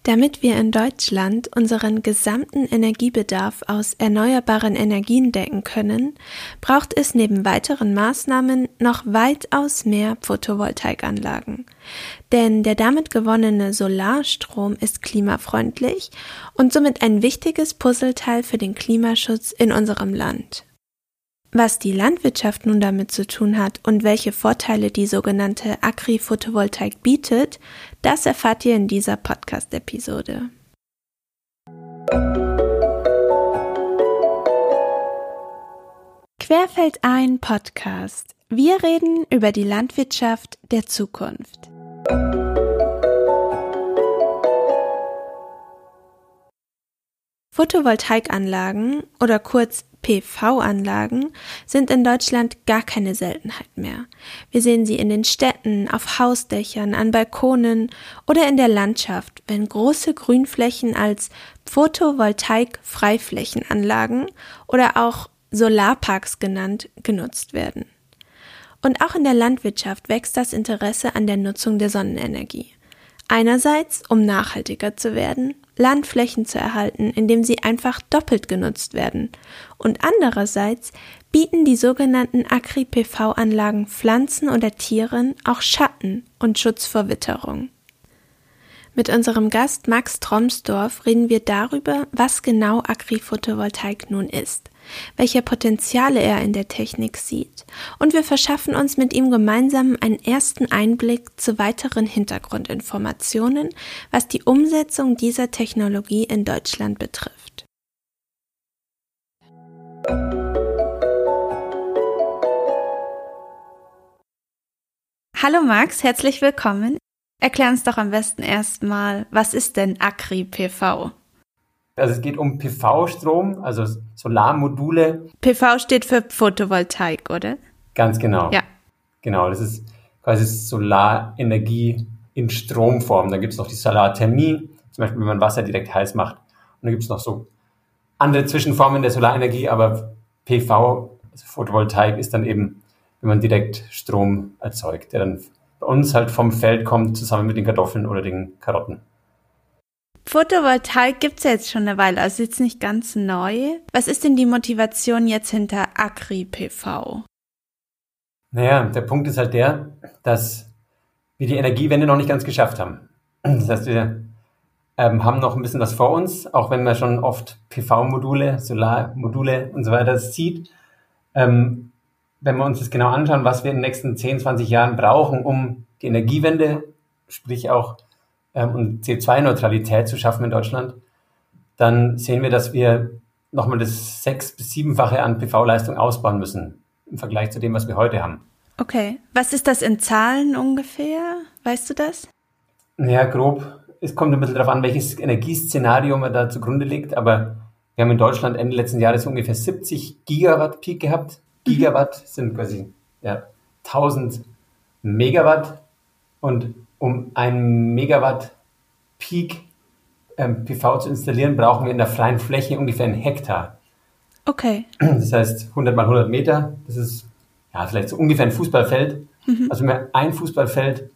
Damit wir in Deutschland unseren gesamten Energiebedarf aus erneuerbaren Energien decken können, braucht es neben weiteren Maßnahmen noch weitaus mehr Photovoltaikanlagen. Denn der damit gewonnene Solarstrom ist klimafreundlich und somit ein wichtiges Puzzleteil für den Klimaschutz in unserem Land. Was die Landwirtschaft nun damit zu tun hat und welche Vorteile die sogenannte Agri-Photovoltaik bietet, das erfahrt ihr in dieser Podcast-Episode. Querfeldein Podcast. Wir reden über die Landwirtschaft der Zukunft. Photovoltaikanlagen oder kurz PV-Anlagen sind in Deutschland gar keine Seltenheit mehr. Wir sehen sie in den Städten, auf Hausdächern, an Balkonen oder in der Landschaft, wenn große Grünflächen als Photovoltaik-Freiflächenanlagen oder auch Solarparks genannt, genutzt werden. Und auch in der Landwirtschaft wächst das Interesse an der Nutzung der Sonnenenergie. Einerseits, um nachhaltiger zu werden, Landflächen zu erhalten, indem sie einfach doppelt genutzt werden. Und andererseits bieten die sogenannten Agri-PV-Anlagen Pflanzen oder Tieren auch Schatten und Schutz vor Witterung. Mit unserem Gast Max Tromsdorf reden wir darüber, was genau Agri-Photovoltaik nun ist, welche Potenziale er in der Technik sieht, und wir verschaffen uns mit ihm gemeinsam einen ersten Einblick zu weiteren Hintergrundinformationen, was die Umsetzung dieser Technologie in Deutschland betrifft. Hallo Max, herzlich willkommen. Erklär uns doch am besten erstmal, was ist denn Agri-PV? Also es geht um PV-Strom, also Solarmodule. PV steht für Photovoltaik, oder? Ganz genau. Ja. Genau, das ist quasi Solarenergie in Stromform. Dann gibt es noch die Solarthermie, zum Beispiel wenn man Wasser direkt heiß macht. Und dann gibt es noch so andere Zwischenformen der Solarenergie, aber PV, also Photovoltaik, ist dann eben, wenn man direkt Strom erzeugt, der dann bei uns halt vom Feld kommt, zusammen mit den Kartoffeln oder den Karotten. Photovoltaik gibt's ja jetzt schon eine Weile, also jetzt nicht ganz neu. Was ist denn die Motivation jetzt hinter Agri-PV? Naja, der Punkt ist halt der, dass wir die Energiewende noch nicht ganz geschafft haben. Das heißt, wir haben noch ein bisschen was vor uns, auch wenn man schon oft PV-Module, Solarmodule und so weiter sieht. Wenn wir uns das genau anschauen, was wir in den nächsten 10, 20 Jahren brauchen, um die Energiewende, sprich auch und CO2-Neutralität zu schaffen in Deutschland, dann sehen wir, dass wir nochmal das 6- bis 7-fache an PV-Leistung ausbauen müssen im Vergleich zu dem, was wir heute haben. Okay. Was ist das in Zahlen ungefähr? Weißt du das? Naja, grob. Es kommt ein bisschen darauf an, welches Energieszenario man da zugrunde legt, aber wir haben in Deutschland Ende letzten Jahres ungefähr 70 Gigawatt Peak gehabt. Gigawatt sind quasi 1000 Megawatt, und um 1 Megawatt Peak PV zu installieren, brauchen wir in der freien Fläche ungefähr 1 Hektar. Okay. Das heißt 100 mal 100 Meter, das ist vielleicht so ungefähr ein Fußballfeld. Also wenn wir ein Fußballfeld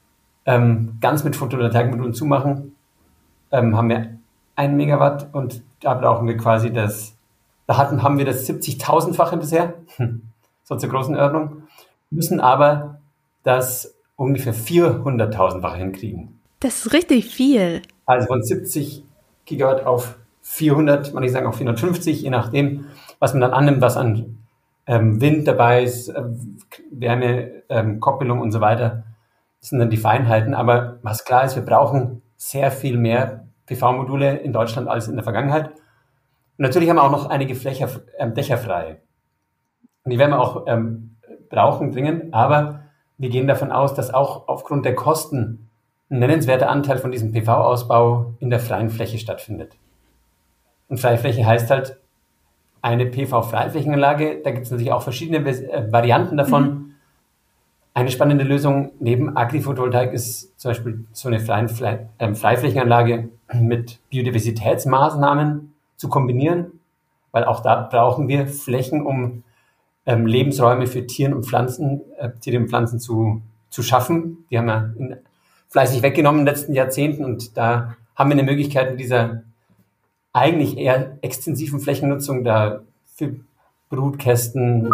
ganz mit Photovoltaikmodulen zumachen, haben wir 1 Megawatt, und da brauchen wir quasi haben wir das 70.000-fache bisher, so zur großen Ordnung, müssen aber das ungefähr 400.000-fache hinkriegen. Das ist richtig viel. Also von 70 Gigawatt auf 400, manche sagen auch 450, je nachdem, was man dann annimmt, was an Wind dabei ist, Wärme, Koppelung und so weiter. Das sind dann die Feinheiten. Aber was klar ist, wir brauchen sehr viel mehr PV-Module in Deutschland als in der Vergangenheit. Und natürlich haben wir auch noch einige Dächer frei. Und die werden wir auch brauchen dringend, aber wir gehen davon aus, dass auch aufgrund der Kosten ein nennenswerter Anteil von diesem PV-Ausbau in der freien Fläche stattfindet. Und freie Fläche heißt halt eine PV-Freiflächenanlage. Da gibt es natürlich auch verschiedene Varianten davon. Eine spannende Lösung neben Agri-Photovoltaik ist zum Beispiel so eine Freiflächenanlage mit Biodiversitätsmaßnahmen zu kombinieren, weil auch da brauchen wir Flächen, um Lebensräume für Tiere und Pflanzen zu schaffen. Die haben wir fleißig weggenommen in den letzten Jahrzehnten, und da haben wir eine Möglichkeit mit dieser eigentlich eher extensiven Flächennutzung da für Brutkästen,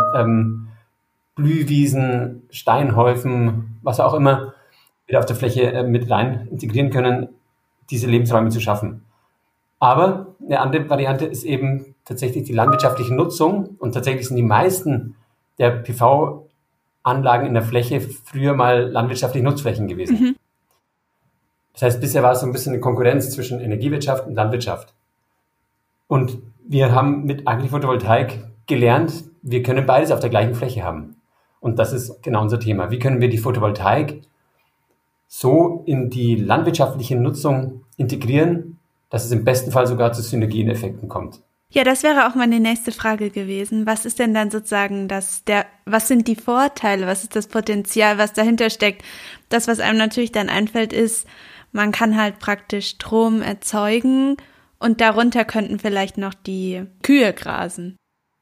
Blühwiesen, Steinhäufen, was auch immer, wieder auf der Fläche mit rein integrieren können, diese Lebensräume zu schaffen. Aber eine andere Variante ist eben tatsächlich die landwirtschaftliche Nutzung und tatsächlich sind die meisten der PV-Anlagen in der Fläche früher mal landwirtschaftliche Nutzflächen gewesen. Mhm. Das heißt, bisher war es so ein bisschen eine Konkurrenz zwischen Energiewirtschaft und Landwirtschaft. Und wir haben mit Agri-Photovoltaik gelernt, wir können beides auf der gleichen Fläche haben. Und das ist genau unser Thema. Wie können wir die Photovoltaik so in die landwirtschaftliche Nutzung integrieren, dass es im besten Fall sogar zu Synergieneffekten kommt? Ja, das wäre auch meine nächste Frage gewesen. Was ist denn dann sozusagen was sind die Vorteile, was ist das Potenzial, was dahinter steckt? Das, was einem natürlich dann einfällt, ist, man kann halt praktisch Strom erzeugen und darunter könnten vielleicht noch die Kühe grasen.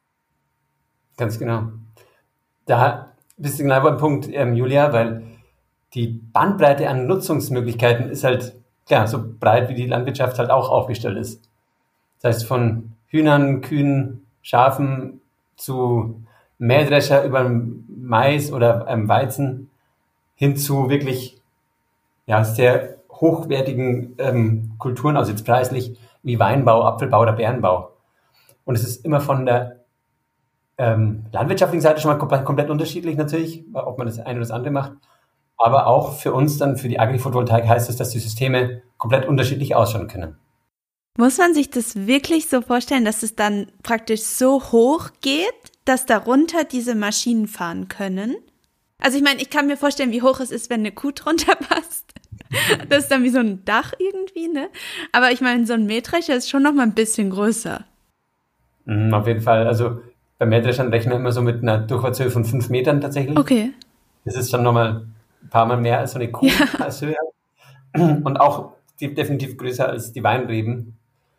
Ganz genau. Da bist du genau beim Punkt, Julia, weil die Bandbreite an Nutzungsmöglichkeiten ist halt klar so breit, wie die Landwirtschaft halt auch aufgestellt ist. Das heißt, von Hühnern, Kühen, Schafen zu Mähdrescher über Mais oder Weizen hin zu wirklich sehr hochwertigen Kulturen, also jetzt preislich wie Weinbau, Apfelbau oder Beerenbau. Und es ist immer von der landwirtschaftlichen Seite schon mal komplett unterschiedlich natürlich, ob man das eine oder das andere macht. Aber auch für uns dann, für die Agri-Photovoltaik heißt es, dass die Systeme komplett unterschiedlich ausschauen können. Muss man sich das wirklich so vorstellen, dass es dann praktisch so hoch geht, dass darunter diese Maschinen fahren können? Also ich meine, ich kann mir vorstellen, wie hoch es ist, wenn eine Kuh drunter passt. Das ist dann wie so ein Dach irgendwie, ne? Aber ich meine, so ein Mähdrescher ist schon noch mal ein bisschen größer. Auf jeden Fall. Also bei Mähdreschern rechnen wir immer so mit einer Durchfahrtshöhe von 5 Metern tatsächlich. Okay. Das ist schon nochmal ein paar Mal mehr als so eine Kuh als Höhe. Und auch definitiv größer als die Weinreben.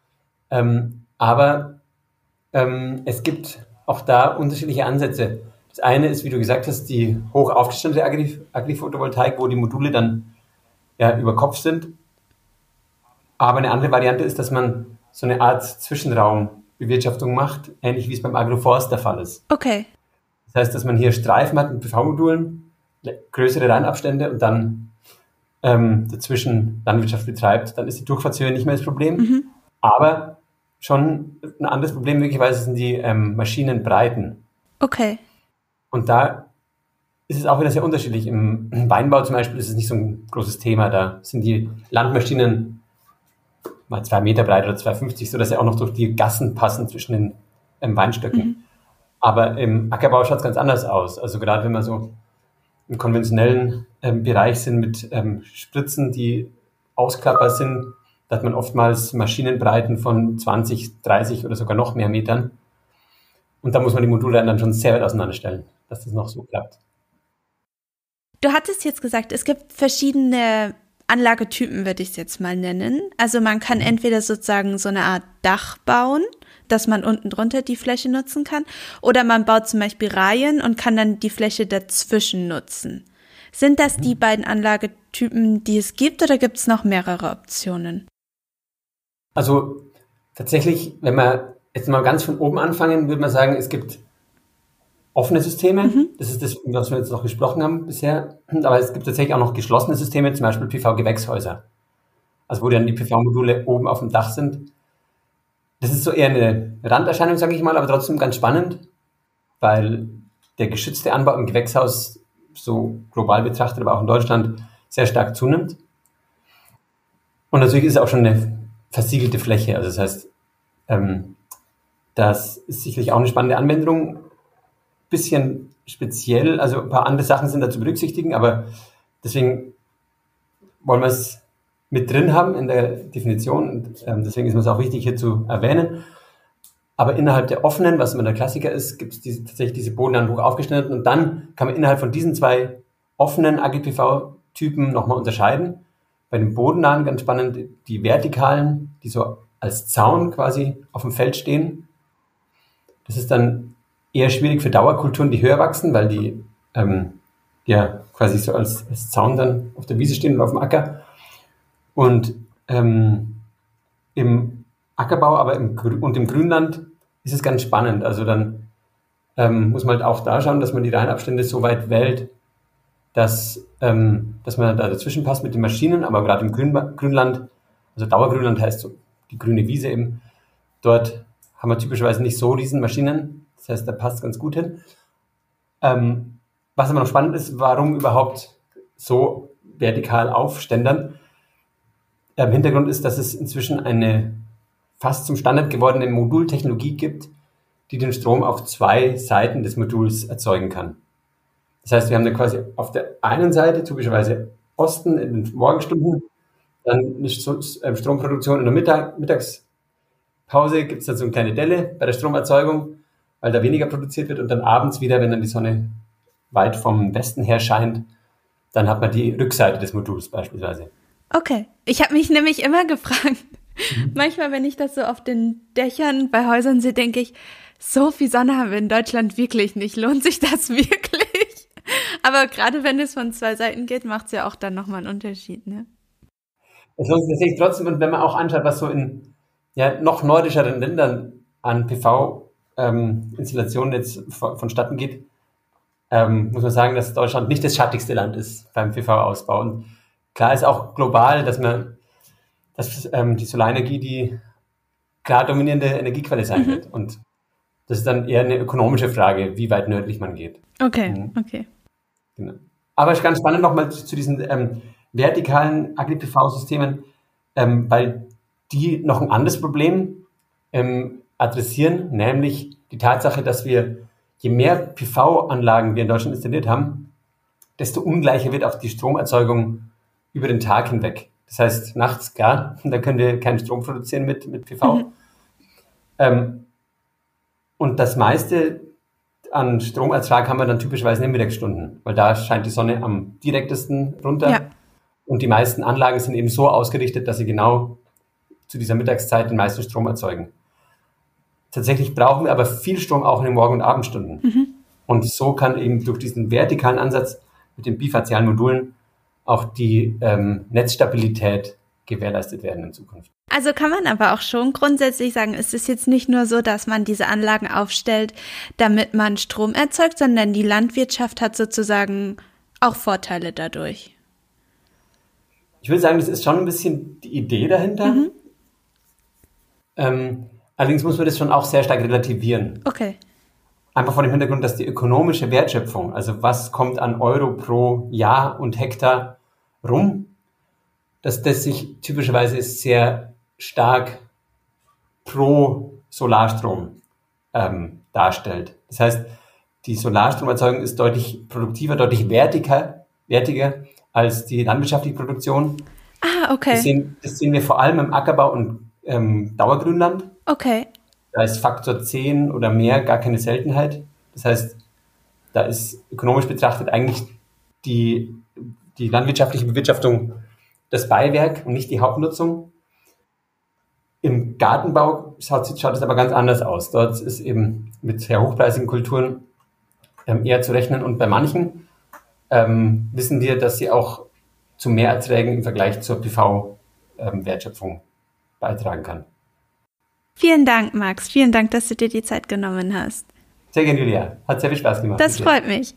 Aber es gibt auch da unterschiedliche Ansätze. Das eine ist, wie du gesagt hast, die hoch aufgestellte Agri-Photovoltaik, wo die Module dann über Kopf sind. Aber eine andere Variante ist, dass man so eine Art Zwischenraumbewirtschaftung macht, ähnlich wie es beim Agroforst der Fall ist. Okay. Das heißt, dass man hier Streifen hat mit PV-Modulen, größere Reinabstände und dann dazwischen Landwirtschaft betreibt. Dann ist die Durchfahrtshöhe nicht mehr das Problem. Mhm. Aber schon ein anderes Problem möglicherweise sind die Maschinenbreiten. Okay. Und da ist es auch wieder sehr unterschiedlich. Im Weinbau zum Beispiel ist es nicht so ein großes Thema. Da sind die Landmaschinen mal 2 Meter breit oder 2,50, sodass sie auch noch durch die Gassen passen zwischen den Weinstöcken. Mhm. Aber im Ackerbau schaut es ganz anders aus. Also gerade wenn wir so im konventionellen Bereich sind mit Spritzen, die Ausklapper sind, da hat man oftmals Maschinenbreiten von 20, 30 oder sogar noch mehr Metern. Und da muss man die Module dann schon sehr weit auseinanderstellen, dass das noch so klappt. Du hattest jetzt gesagt, es gibt verschiedene Anlagetypen, würde ich es jetzt mal nennen. Also man kann entweder sozusagen so eine Art Dach bauen, dass man unten drunter die Fläche nutzen kann, oder man baut zum Beispiel Reihen und kann dann die Fläche dazwischen nutzen. Sind das die beiden Anlagetypen, die es gibt, oder gibt es noch mehrere Optionen? Also tatsächlich, wenn wir jetzt mal ganz von oben anfangen, würde man sagen, es gibt offene Systeme. Mhm. Das ist das, was wir jetzt noch gesprochen haben bisher. Aber es gibt tatsächlich auch noch geschlossene Systeme, zum Beispiel PV-Gewächshäuser. Also wo dann die PV-Module oben auf dem Dach sind. Das ist so eher eine Randerscheinung, sage ich mal, aber trotzdem ganz spannend, weil der geschützte Anbau im Gewächshaus so global betrachtet, aber auch in Deutschland sehr stark zunimmt. Und natürlich ist es auch schon eine versiegelte Fläche. Also das heißt, das ist sicherlich auch eine spannende Anwendung. Bisschen speziell, also ein paar andere Sachen sind da zu berücksichtigen, aber deswegen wollen wir es mit drin haben in der Definition und deswegen ist es auch wichtig hier zu erwähnen. Aber innerhalb der offenen, was immer der Klassiker ist, gibt es tatsächlich diese Bodenlagen hoch aufgeschnitten und dann kann man innerhalb von diesen 2 offenen Agri-PV-Typen nochmal unterscheiden. Bei den bodennahen ganz spannend die vertikalen, die so als Zaun quasi auf dem Feld stehen. Das ist dann eher schwierig für Dauerkulturen, die höher wachsen, weil die quasi so als Zaun dann auf der Wiese stehen oder auf dem Acker. Und Im Ackerbau, aber im Grünland ist es ganz spannend. Also dann muss man halt auch da schauen, dass man die Reihenabstände so weit wählt, dass man da dazwischen passt mit den Maschinen, aber gerade im Grünland, also Dauergrünland heißt so die grüne Wiese eben, dort haben wir typischerweise nicht so riesen Maschinen, das heißt, da passt es ganz gut hin. Was aber noch spannend ist, warum überhaupt so vertikal aufständern. Hintergrund ist, dass es inzwischen eine fast zum Standard gewordene Modultechnologie gibt, die den Strom auf 2 Seiten des Moduls erzeugen kann. Das heißt, wir haben da quasi auf der einen Seite, typischerweise Osten in den Morgenstunden, dann eine Stromproduktion in der Mittagspause, gibt es dann so eine kleine Delle bei der Stromerzeugung, weil da weniger produziert wird und dann abends wieder, wenn dann die Sonne weit vom Westen her scheint, dann hat man die Rückseite des Moduls beispielsweise. Okay, ich habe mich nämlich immer gefragt, manchmal, wenn ich das so auf den Dächern bei Häusern sehe, denke ich, so viel Sonne haben wir in Deutschland wirklich nicht. Lohnt sich das wirklich? Aber gerade wenn es von 2 Seiten geht, macht es ja auch dann nochmal einen Unterschied, ne? Es lohnt sich tatsächlich trotzdem, und wenn man auch anschaut, was so in noch nordischeren Ländern an PV-Installationen jetzt vonstatten geht, muss man sagen, dass Deutschland nicht das schattigste Land ist beim PV-Ausbau. Und klar ist auch global, dass die Solarenergie die klar dominierende Energiequelle sein wird. Und das ist dann eher eine ökonomische Frage, wie weit nördlich man geht. Okay. Genau. Aber es ist ganz spannend nochmal zu diesen vertikalen Agri-PV-Systemen, weil die noch ein anderes Problem adressieren, nämlich die Tatsache, dass wir, je mehr PV-Anlagen wir in Deutschland installiert haben, desto ungleicher wird auch die Stromerzeugung über den Tag hinweg. Das heißt, nachts, klar, da können wir keinen Strom produzieren mit PV. Und das meiste an Stromertrag haben wir dann typischerweise in den Mittagsstunden, weil da scheint die Sonne am direktesten runter. Ja. Und die meisten Anlagen sind eben so ausgerichtet, dass sie genau zu dieser Mittagszeit den meisten Strom erzeugen. Tatsächlich brauchen wir aber viel Strom auch in den Morgen- und Abendstunden. Und so kann eben durch diesen vertikalen Ansatz mit den bifazialen Modulen auch die Netzstabilität gewährleistet werden in Zukunft. Also kann man aber auch schon grundsätzlich sagen, es ist jetzt nicht nur so, dass man diese Anlagen aufstellt, damit man Strom erzeugt, sondern die Landwirtschaft hat sozusagen auch Vorteile dadurch. Ich würde sagen, das ist schon ein bisschen die Idee dahinter. Allerdings muss man das schon auch sehr stark relativieren. Okay. Einfach vor dem Hintergrund, dass die ökonomische Wertschöpfung, also was kommt an Euro pro Jahr und Hektar rum, dass das sich typischerweise sehr stark pro Solarstrom darstellt. Das heißt, die Solarstromerzeugung ist deutlich produktiver, deutlich wertiger als die landwirtschaftliche Produktion. Ah, okay. Das sehen wir vor allem im Ackerbau und Dauergrünland. Okay. Da ist Faktor 10 oder mehr gar keine Seltenheit. Das heißt, da ist ökonomisch betrachtet eigentlich die landwirtschaftliche Bewirtschaftung das Beiwerk und nicht die Hauptnutzung. Im Gartenbau schaut es aber ganz anders aus. Dort ist eben mit sehr hochpreisigen Kulturen eher zu rechnen. Und bei manchen wissen wir, dass sie auch zu Mehrerträgen im Vergleich zur PV-Wertschöpfung beitragen kann. Vielen Dank, Max. Vielen Dank, dass du dir die Zeit genommen hast. Sehr gerne, Julia. Hat sehr viel Spaß gemacht. Das freut mich.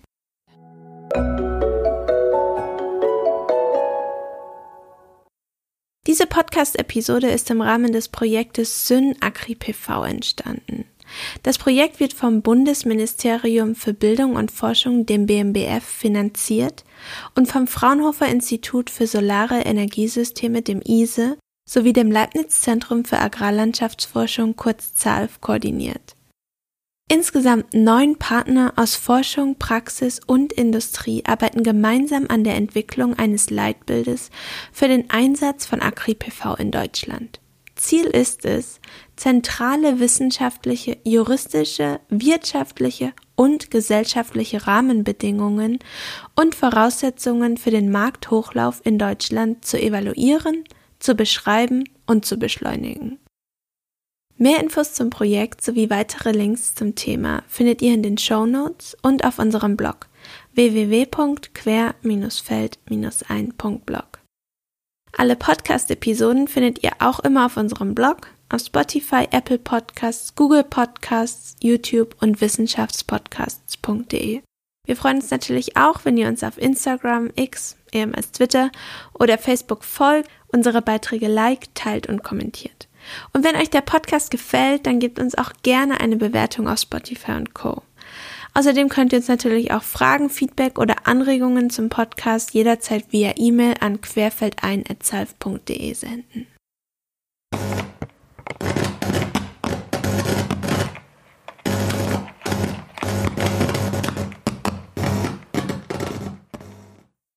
Diese Podcast-Episode ist im Rahmen des Projektes Syn Agri-PV entstanden. Das Projekt wird vom Bundesministerium für Bildung und Forschung, dem BMBF, finanziert und vom Fraunhofer Institut für Solare Energiesysteme, dem ISE, sowie dem Leibniz-Zentrum für Agrarlandschaftsforschung, kurz ZALF, koordiniert. Insgesamt 9 Partner aus Forschung, Praxis und Industrie arbeiten gemeinsam an der Entwicklung eines Leitbildes für den Einsatz von Agri-PV in Deutschland. Ziel ist es, zentrale wissenschaftliche, juristische, wirtschaftliche und gesellschaftliche Rahmenbedingungen und Voraussetzungen für den Markthochlauf in Deutschland zu evaluieren, zu beschreiben und zu beschleunigen. Mehr Infos zum Projekt sowie weitere Links zum Thema findet ihr in den Shownotes und auf unserem Blog www.quer-feld-ein.blog. Alle Podcast-Episoden findet ihr auch immer auf unserem Blog, auf Spotify, Apple Podcasts, Google Podcasts, YouTube und wissenschaftspodcasts.de. Wir freuen uns natürlich auch, wenn ihr uns auf Instagram, X, ehemals Twitter oder Facebook folgt, unsere Beiträge liked, teilt und kommentiert. Und wenn euch der Podcast gefällt, dann gebt uns auch gerne eine Bewertung auf Spotify und Co. Außerdem könnt ihr uns natürlich auch Fragen, Feedback oder Anregungen zum Podcast jederzeit via E-Mail an querfeldein@salv.de senden.